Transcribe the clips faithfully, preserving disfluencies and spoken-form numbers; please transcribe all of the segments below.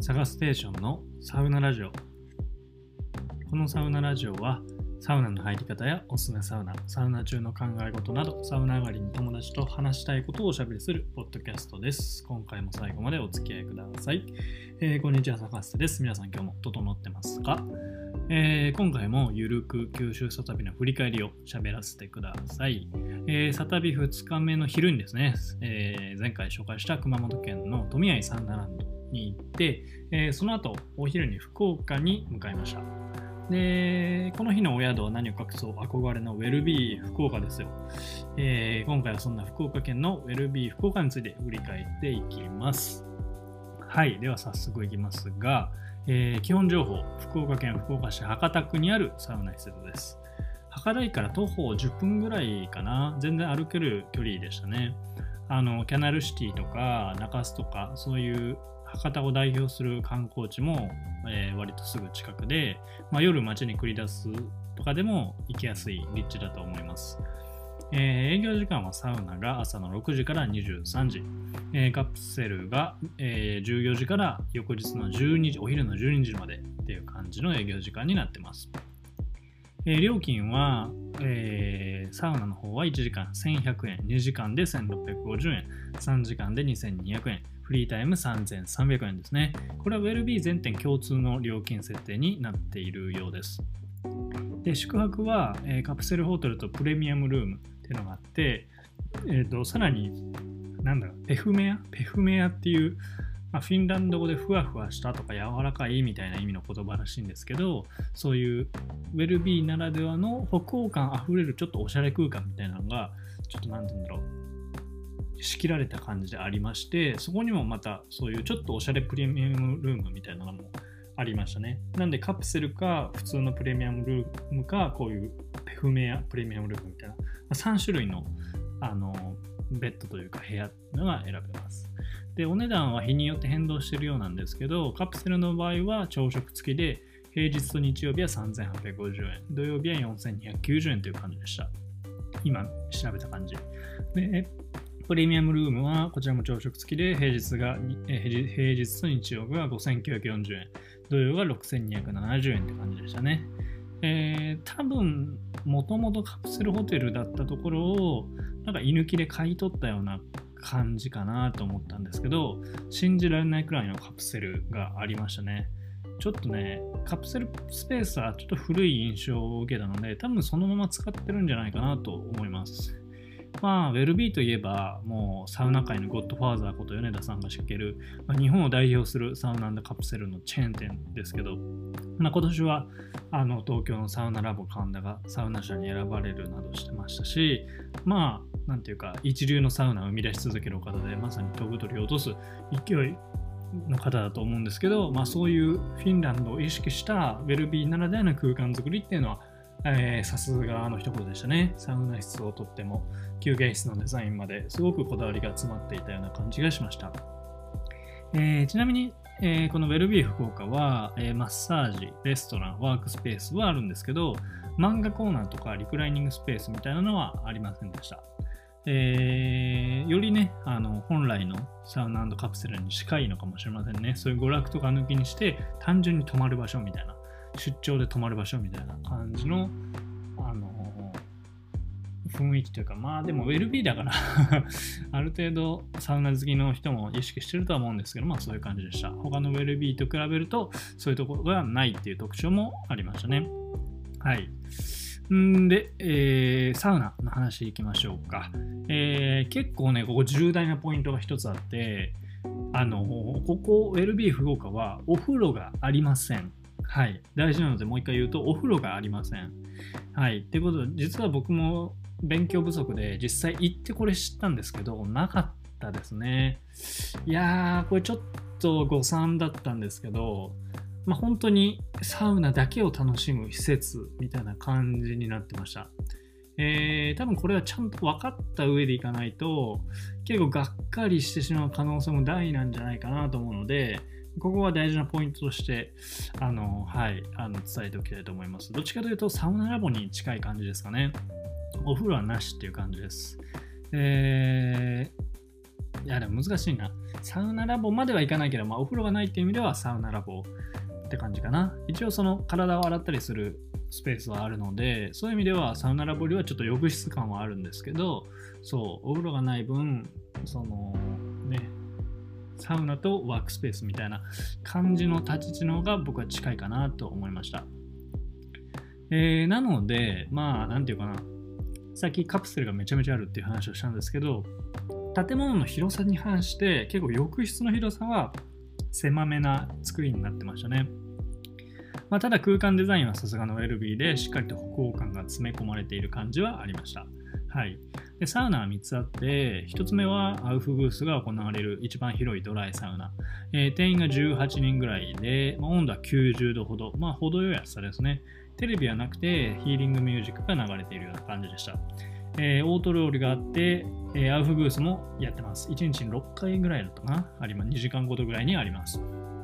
サガステーションのサウナラジオ。このサウナラジオはサウナの入り方やおすすめサウナ、サウナ中の考え事など、サウナ上がりに友達と話したいことをおしゃべりするポッドキャストです。今回も最後までお付き合いください。えー、こんにちは、サガステです。皆さん今日も整ってますか？えー、今回もゆるく九州サタビの振り返りを喋らせてください。えー、サタビふつかめの昼にですね、えー、前回紹介した熊本県の富合サウナランドに行って、えー、その後お昼に福岡に向かいました。で、この日のお宿は何を隠そう憧れのウェルビー福岡ですよ。えー、今回はそんな福岡県のウェルビー福岡について振り返っていきます。はい、では早速いきますが、えー、基本情報、福岡県福岡市博多区にあるサウナ施設です。博多駅から徒歩じゅっぷんぐらいかな、全然歩ける距離でしたね。あのキャナルシティとか中洲とか、そういう博多を代表する観光地も、えー、割とすぐ近くで、まあ、夜街に繰り出すとかでも行きやすい立地だと思います。えー、営業時間はサウナが朝のろくじからにじゅうさんじ、えー、カプセルが、えー、じゅうよじから翌日のじゅうにじ、お昼のじゅうにじまでっていう感じの営業時間になってます。えー、料金は、えー、サウナの方はいちじかんせんひゃくえん、にじかんでせんろっぴゃくごじゅうえん、さんじかんでにせんにひゃくえん、フリータイムさんぜんさんびゃくえんですね。これはウェルビー全店共通の料金設定になっているようです。で、宿泊は、えー、カプセルホテルとプレミアムルームっていうのがあって、えーと、さらに、なんだろう、ペフメアペフメアっていう、まあ、フィンランド語でふわふわしたとか柔らかいみたいな意味の言葉らしいんですけど、そういうウェルビーならではの北欧感あふれるちょっとおしゃれ空間みたいなのが、ちょっとなんて言うんだろう、仕切られた感じでありまして、そこにもまたそういうちょっとおしゃれプレミアムルームみたいなのもありましたね。なんでカプセルか普通のプレミアムルームか、こういうペフメアプレミアムルームみたいなさん種類の、あのベッドというか部屋が選べます。で、お値段は日によって変動しているようなんですけど、カプセルの場合は朝食付きで、平日と日曜日はさんぜんはっぴゃくごじゅうえん、土曜日はよんせんにひゃくきゅうじゅうえんという感じでした。今調べた感じで、プレミアムルームはこちらも朝食付きで、平日が平日と日曜日はごせんきゅうひゃくよんじゅうえん、土曜がろくせんにひゃくななじゅうえんって感じでしたね。えー、多分もともとカプセルホテルだったところをなんか居抜きで買い取ったような感じかなと思ったんですけど、信じられないくらいのカプセルがありましたね。ちょっとね、カプセルスペースはちょっと古い印象を受けたので、多分そのまま使ってるんじゃないかなと思います。まあ、ウェルビーといえば、もうサウナ界のゴッドファーザーこと米田さんが仕掛ける、まあ、日本を代表するサウナ&カプセルのチェーン店ですけど、まあ、今年はあの東京のサウナラボ神田がサウナ社に選ばれるなどしてましたし、まあ、なんていうか、一流のサウナを生み出し続けるお方で、まさに飛ぶ鳥を落とす勢いの方だと思うんですけど、まあ、そういうフィンランドを意識したウェルビーならではの空間作りっていうのは、さすがの一言でしたね。サウナ室をとっても休憩室のデザインまですごくこだわりが詰まっていたような感じがしました。えー、ちなみに、えー、このウェルビー福岡は、えー、マッサージ、レストラン、ワークスペースはあるんですけど、漫画コーナーとかリクライニングスペースみたいなのはありませんでした。えー、よりね、あの本来のサウナ&カプセルに近いのかもしれませんね。そういう娯楽とか抜きにして単純に泊まる場所みたいな、出張で泊まる場所みたいな感じの、あのー、雰囲気というか、まあでもウェルビーだからある程度サウナ好きの人も意識してるとは思うんですけど、まあそういう感じでした。他のウェルビーと比べるとそういうところがないっていう特徴もありましたね。はい。んで、えー、サウナの話いきましょうか。えー、結構ね、ここ重大なポイントが一つあって、あのここウェルビー福岡はお風呂がありません。はい、大事なのでもう一回言うと、お風呂がありません。はい、ってことで、実は僕も勉強不足で実際行ってこれ知ったんですけど、なかったですね。いやー、これちょっと誤算だったんですけど、まあ、本当にサウナだけを楽しむ施設みたいな感じになってました。えー、多分これはちゃんと分かった上でいかないと、結構がっかりしてしまう可能性も大なんじゃないかなと思うので、ここは大事なポイントとして、あの、はい、あの伝えておきたいと思います。どっちかというと、サウナラボに近い感じですかね。お風呂はなしっていう感じです。えー、いやでも難しいな。サウナラボまではいかないけど、まあ、お風呂がないっていう意味ではサウナラボって感じかな。一応その体を洗ったりするスペースはあるので、そういう意味ではサウナラボよりはちょっと浴室感はあるんですけど、そうお風呂がない分そのねサウナとワークスペースみたいな感じの立ち位置の方が僕は近いかなと思いました。えー、なのでまあなんていうかな、さっきカプセルがめちゃめちゃあるっていう話をしたんですけど、建物の広さに反して結構浴室の広さは狭めな作りになってましたね。まあ、ただ空間デザインはさすがのウェルビーでしっかりと北欧感が詰め込まれている感じはありました。はい、でサウナはみっつあって、ひとつめはアウフグースが行われる一番広いドライサウナ、えー、定員がじゅうはちにんぐらいで、まあ、温度はきゅうじゅうどほど、まあ程よい暑さですね。テレビはなくてヒーリングミュージックが流れているような感じでした。えー、オートロールがあって、えー、アウフグースもやってます。いちにちにろっかいぐらいだったかな、あります。にじかんごとぐらいにあります。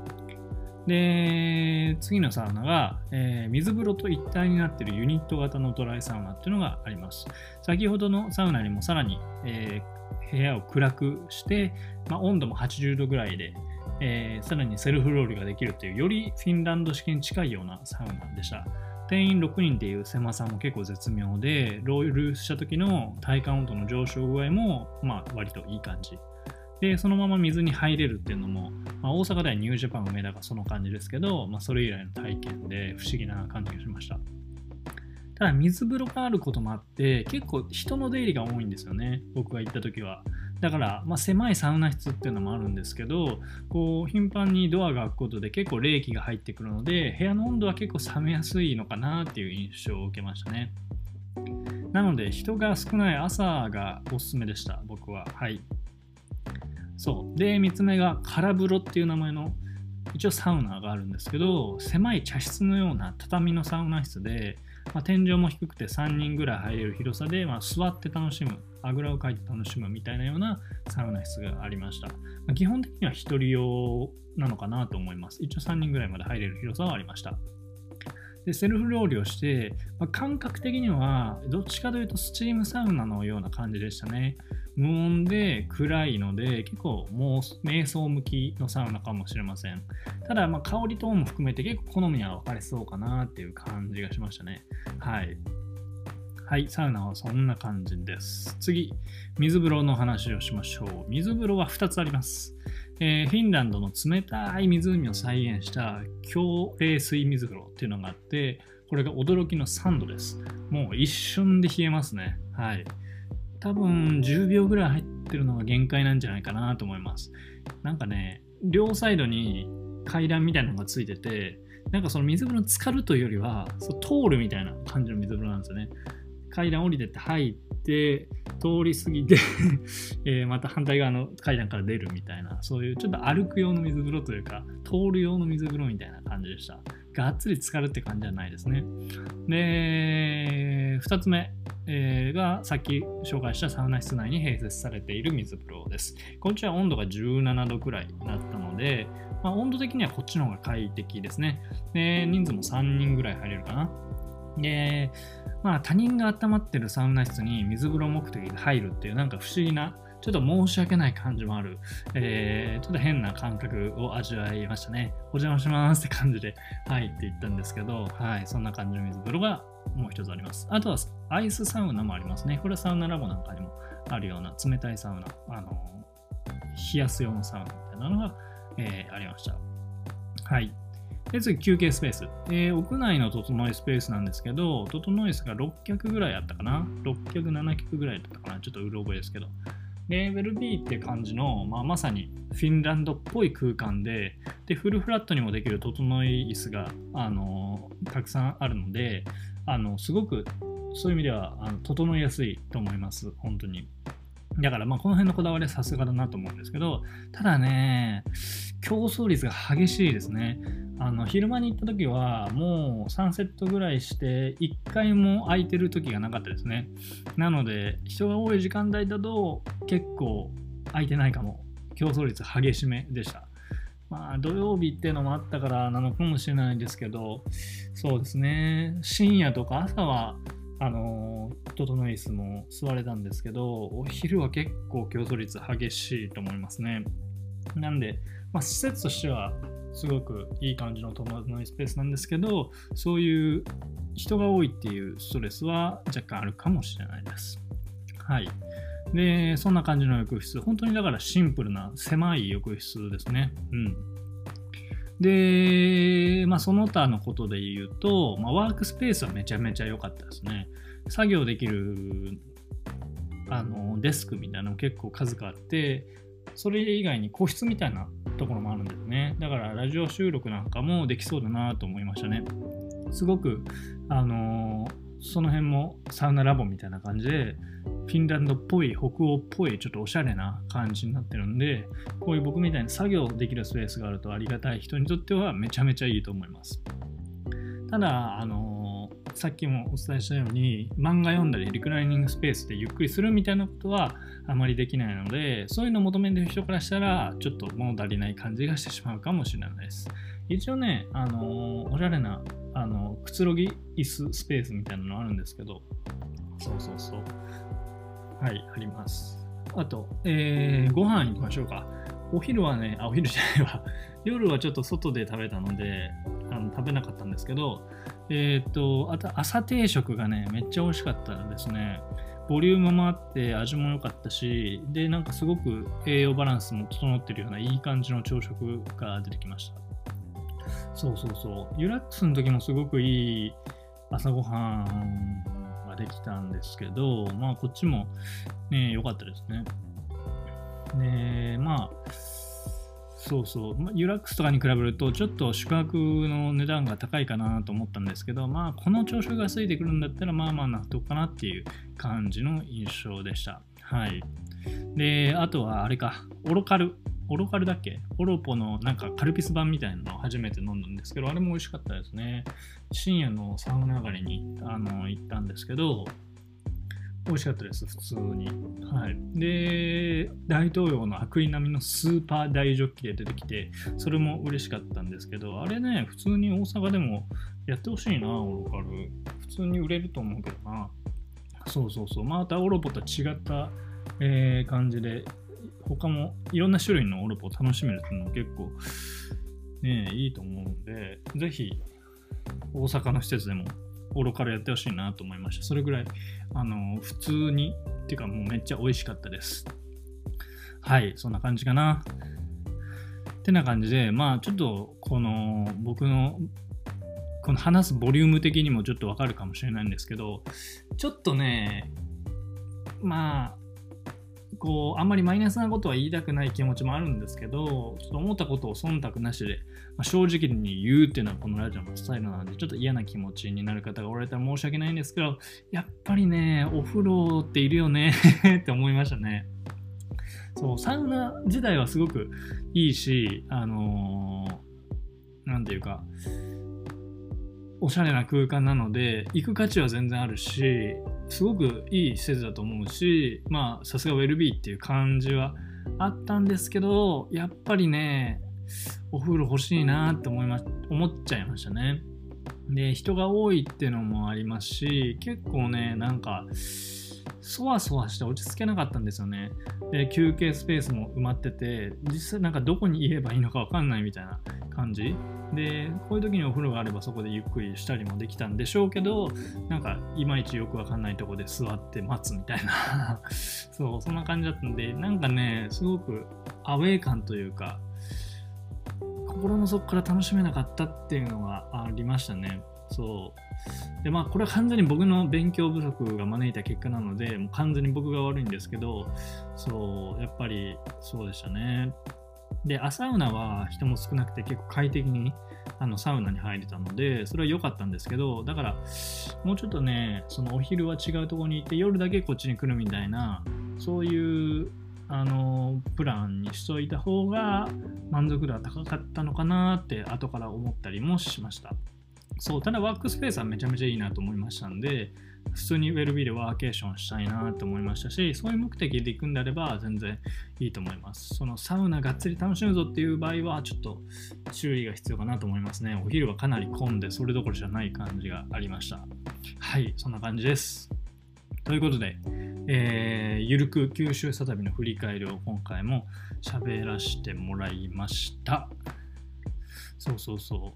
で、次のサウナが、えー、水風呂と一体になっているユニット型のドライサウナっていうのがあります。先ほどのサウナにもさらに、えー、部屋を暗くして、まあ、温度もはちじゅうどぐらいで、えー、さらにセルフロールができるという、よりフィンランド式に近いようなサウナでした。定員ろくにんっていう狭さも結構絶妙で、ロールした時の体感温度の上昇具合も、まあ、割といい感じ。で、そのまま水に入れるっていうのも、まあ、大阪ではニュージャパン梅田がその感じですけど、まあ、それ以来の体験で不思議な感じがしました。ただ、水風呂があることもあって、結構人の出入りが多いんですよね、僕が行った時は。だから、まあ、狭いサウナ室っていうのもあるんですけど、こう頻繁にドアが開くことで結構冷気が入ってくるので、部屋の温度は結構冷めやすいのかなっていう印象を受けましたね。なので、人が少ない朝がおすすめでした、僕は。はい。そう。で、みっつめが空風呂っていう名前の一応サウナがあるんですけど、狭い茶室のような畳のサウナ室で、まあ、天井も低くてさんにんぐらい入れる広さで、まあ、座って楽しむ、あぐらをかいて楽しむみたいなようなサウナ室がありました。まあ、基本的にはひとり用なのかなと思います。一応さんにんぐらいまで入れる広さはありました。でセルフロウリュをして、まあ、感覚的にはどっちかというとスチームサウナのような感じでしたね。無音で暗いので結構もう瞑想向きのサウナかもしれません。ただまあ香り等も含めて結構好みは分かれそうかなっていう感じがしましたね。はいはい、サウナはそんな感じです。次、水風呂の話をしましょう。水風呂はふたつあります。えー、フィンランドの冷たい湖を再現した強冷水水風呂っていうのがあって、これが驚きのさんどです。もう一瞬で冷えますね。はい。多分じゅうびょうぐらい入ってるのが限界なんじゃないかなと思います。なんかね、両サイドに階段みたいなのがついてて、なんかその水風呂に浸かるというよりは、そう通るみたいな感じの水風呂なんですよね。階段降りてって入って通り過ぎて、えー、また反対側の階段から出るみたいな、そういうちょっと歩く用の水風呂というか通る用の水風呂みたいな感じでした。がっつり浸かるって感じじゃないですね。でふたつめ、えー、がさっき紹介したサウナ室内に併設されている水風呂です。こっちは温度がじゅうななどくらいになったので、まあ、温度的にはこっちの方が快適ですね。で人数もさんにんぐらい入れるかな。で、まあ他人が温まってるサウナ室に水風呂目的で入るっていうなんか不思議な、ちょっと申し訳ない感じもある、えー、ちょっと変な感覚を味わいましたね。お邪魔しますって感じで入っていったんですけど、はい、そんな感じの水風呂がもう一つあります。あとはアイスサウナもありますね。これはサウナラボなんかにもあるような冷たいサウナ、あの冷やす用のサウナみたいなのが、えー、ありました。はい。で次、休憩スペース、えー。屋内の整いスペースなんですけど、整い室がろっきゃくぐらいあったかな。ろっきゃく、ななきゃくぐらいだったかな。ちょっとうろ覚えですけど。で、ウェルビーって感じの、まあ、まさにフィンランドっぽい空間で、で、フルフラットにもできる整い椅子が、あのー、たくさんあるので、あのすごくそういう意味ではあの整いやすいと思います。本当に。だからまあこの辺のこだわりはさすがだなと思うんですけど、ただね、競争率が激しいですね。あの昼間に行った時はもうさんセットぐらいしていっかいも空いてる時がなかったですね。なので人が多い時間帯だと結構空いてないかも。競争率激しめでした。まあ土曜日っていうのもあったからなのかもしれないんですけど、そうですね、深夜とか朝はあのー、整い椅子も座れたんですけど、お昼は結構競争率激しいと思いますね。なんで、まあ、施設としてはすごくいい感じの整いスペースなんですけど、そういう人が多いっていうストレスは若干あるかもしれないです。はい。で、そんな感じの浴室、本当にだからシンプルな狭い浴室ですね。うん。で、まあ、その他のことで言うと、まあ、ワークスペースはめちゃめちゃ良かったですね。作業できるあのデスクみたいなの結構数があって、それ以外に個室みたいなところもあるんですね。だからラジオ収録なんかもできそうだなと思いましたね。すごく、あのー、その辺もサウナラボみたいな感じで、フィンランドっぽい、北欧っぽい、ちょっとおしゃれな感じになってるんで、こういう僕みたいに作業できるスペースがあるとありがたい人にとってはめちゃめちゃいいと思います。ただ、あのー、さっきもお伝えしたように、漫画読んだりリクライニングスペースでゆっくりするみたいなことはあまりできないので、そういうのを求めてる人からしたら、ちょっと物足りない感じがしてしまうかもしれないです。一応ね、あのー、おしゃれな、あのー、くつろぎ椅子スペースみたいなのあるんですけど、そうそうそう。はい、あります。あと、えー、ご飯行きましょうか。お昼はね、あ、お昼じゃないわ。夜はちょっと外で食べたので、あの食べなかったんですけど、えっと、あと朝定食がね、めっちゃ美味しかったですね。ボリュームもあって味も良かったし、で、なんかすごく栄養バランスも整ってるようないい感じの朝食が出てきました。そうそうそう。ユラックスの時もすごくいい朝ごはんができたんですけど、まあこっちもね、良かったですね。で、まあ、そうそう、ユラックスとかに比べるとちょっと宿泊の値段が高いかなと思ったんですけど、まあこの朝食がついてくるんだったらまあまあ納得かなっていう感じの印象でした。はい。で、あとはあれか、オロカル。オロカルだっけ？オロポのなんかカルピス版みたいなのを初めて飲んだんですけど、あれも美味しかったですね。深夜のサウナ上がりにあの行ったんですけど、美味しかったです、普通に。はい。で、大統領のアクリ並みのスーパー大ジョッキで出てきて、それも嬉しかったんですけど、あれね、普通に大阪でもやってほしいな、オロカル。普通に売れると思うけどな。そうそうそう。またオロポと違った、えー、感じで、他もいろんな種類のオロポを楽しめるっていうのも結構、ね、いいと思うので、ぜひ大阪の施設でもオロカルやってほしいなと思いました。それぐらいあの普通にっていうかもうめっちゃ美味しかったです。はい、そんな感じかな。ってな感じで、まあちょっとこの僕のこの話すボリューム的にもちょっとわかるかもしれないんですけど、ちょっとね、まあこうあんまりマイナスなことは言いたくない気持ちもあるんですけど、ちょっと思ったことを忖度なしで、まあ、正直に言うっていうのはこのラジオのスタイルなので、ちょっと嫌な気持ちになる方がおられたら申し訳ないんですけど、やっぱりね、お風呂っているよねって思いましたね。そう、サウナ自体はすごくいいし、あのー、なんていうか、おしゃれな空間なので行く価値は全然あるし、すごくいい施設だと思うし、まあさすがウェルビーっていう感じはあったんですけど、やっぱりね、お風呂欲しいなって思いま思っちゃいましたね。で、人が多いっていうのもありますし、結構ね、なんかそわそわして落ち着けなかったんですよね。で、休憩スペースも埋まってて、実際なんかどこにいればいいのか分かんないみたいな感じで、こういう時にお風呂があればそこでゆっくりしたりもできたんでしょうけど、なんかいまいちよく分かんないところで座って待つみたいなそう、そんな感じだったんで、なんかね、すごくアウェー感というか、心の底から楽しめなかったっていうのがありましたね。そうで、まあこれは完全に僕の勉強不足が招いた結果なので、もう完全に僕が悪いんですけど、そうやっぱりそうでしたね。で、朝サウナは人も少なくて結構快適にあのサウナに入れたので、それは良かったんですけど、だからもうちょっとね、そのお昼は違うところに行って夜だけこっちに来るみたいな、そういうあのプランにしといた方が満足度は高かったのかなって後から思ったりもしました。そう、ただワークスペースはめちゃめちゃいいなと思いましたんで、 普通にウェルビーでワーケーションしたいなと思いましたし、そういう目的で行くんであれば全然いいと思います。そのサウナがっつり楽しむぞっていう場合はちょっと注意が必要かなと思いますね。お昼はかなり混んでそれどころじゃない感じがありました。はい、そんな感じです。ということで、えー、ゆるく九州サ旅の振り返りを今回も喋らせてもらいました。そうそうそう。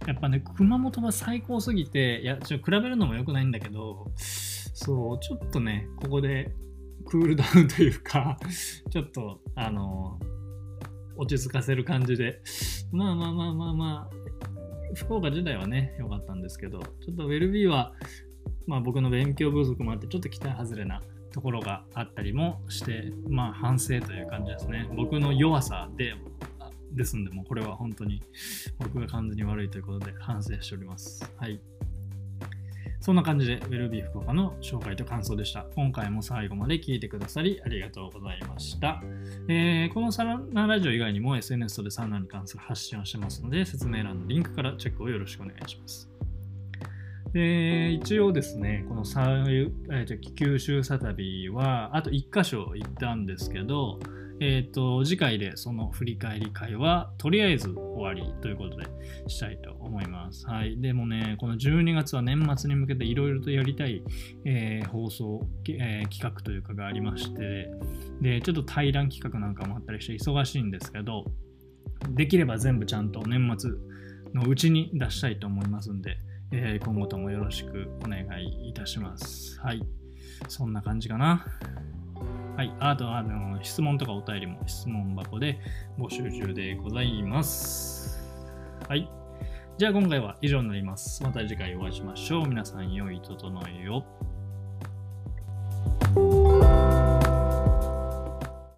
やっぱね、熊本は最高すぎて、いや、ちょっと比べるのも良くないんだけど、そう、ちょっとね、ここでクールダウンというか、ちょっと、あの、落ち着かせる感じで、まあまあまあまあまあ、福岡時代はね、良かったんですけど、ちょっとウェルビーは、まあ僕の勉強不足もあって、ちょっと期待外れなところがあったりもして、まあ反省という感じですね。僕の弱さで、ですんで、もうこれは本当に僕が完全に悪いということで反省しております。はい。そんな感じで、ウェルビー福岡の紹介と感想でした。今回も最後まで聞いてくださりありがとうございました。えー、このサウナラジオ以外にも エスエヌエス でサウナに関する発信をしてますので、説明欄のリンクからチェックをよろしくお願いします。で、一応ですね、このサウ、えー、九州サ旅はあといっかしょ行ったんですけど、えっと、次回でその振り返り会はとりあえず終わりということでしたいと思います。はい。でもね、このじゅうにがつは年末に向けていろいろとやりたい、えー、放送、えー、企画というかがありまして、で、ちょっと対談企画なんかもあったりして忙しいんですけど、できれば全部ちゃんと年末のうちに出したいと思いますんで、えー、今後ともよろしくお願いいたします。はい。そんな感じかな。はい。あとは、あの、質問とかお便りも質問箱で募集中でございます。はい。じゃあ今回は以上になります。また次回お会いしましょう。皆さん良い整いを。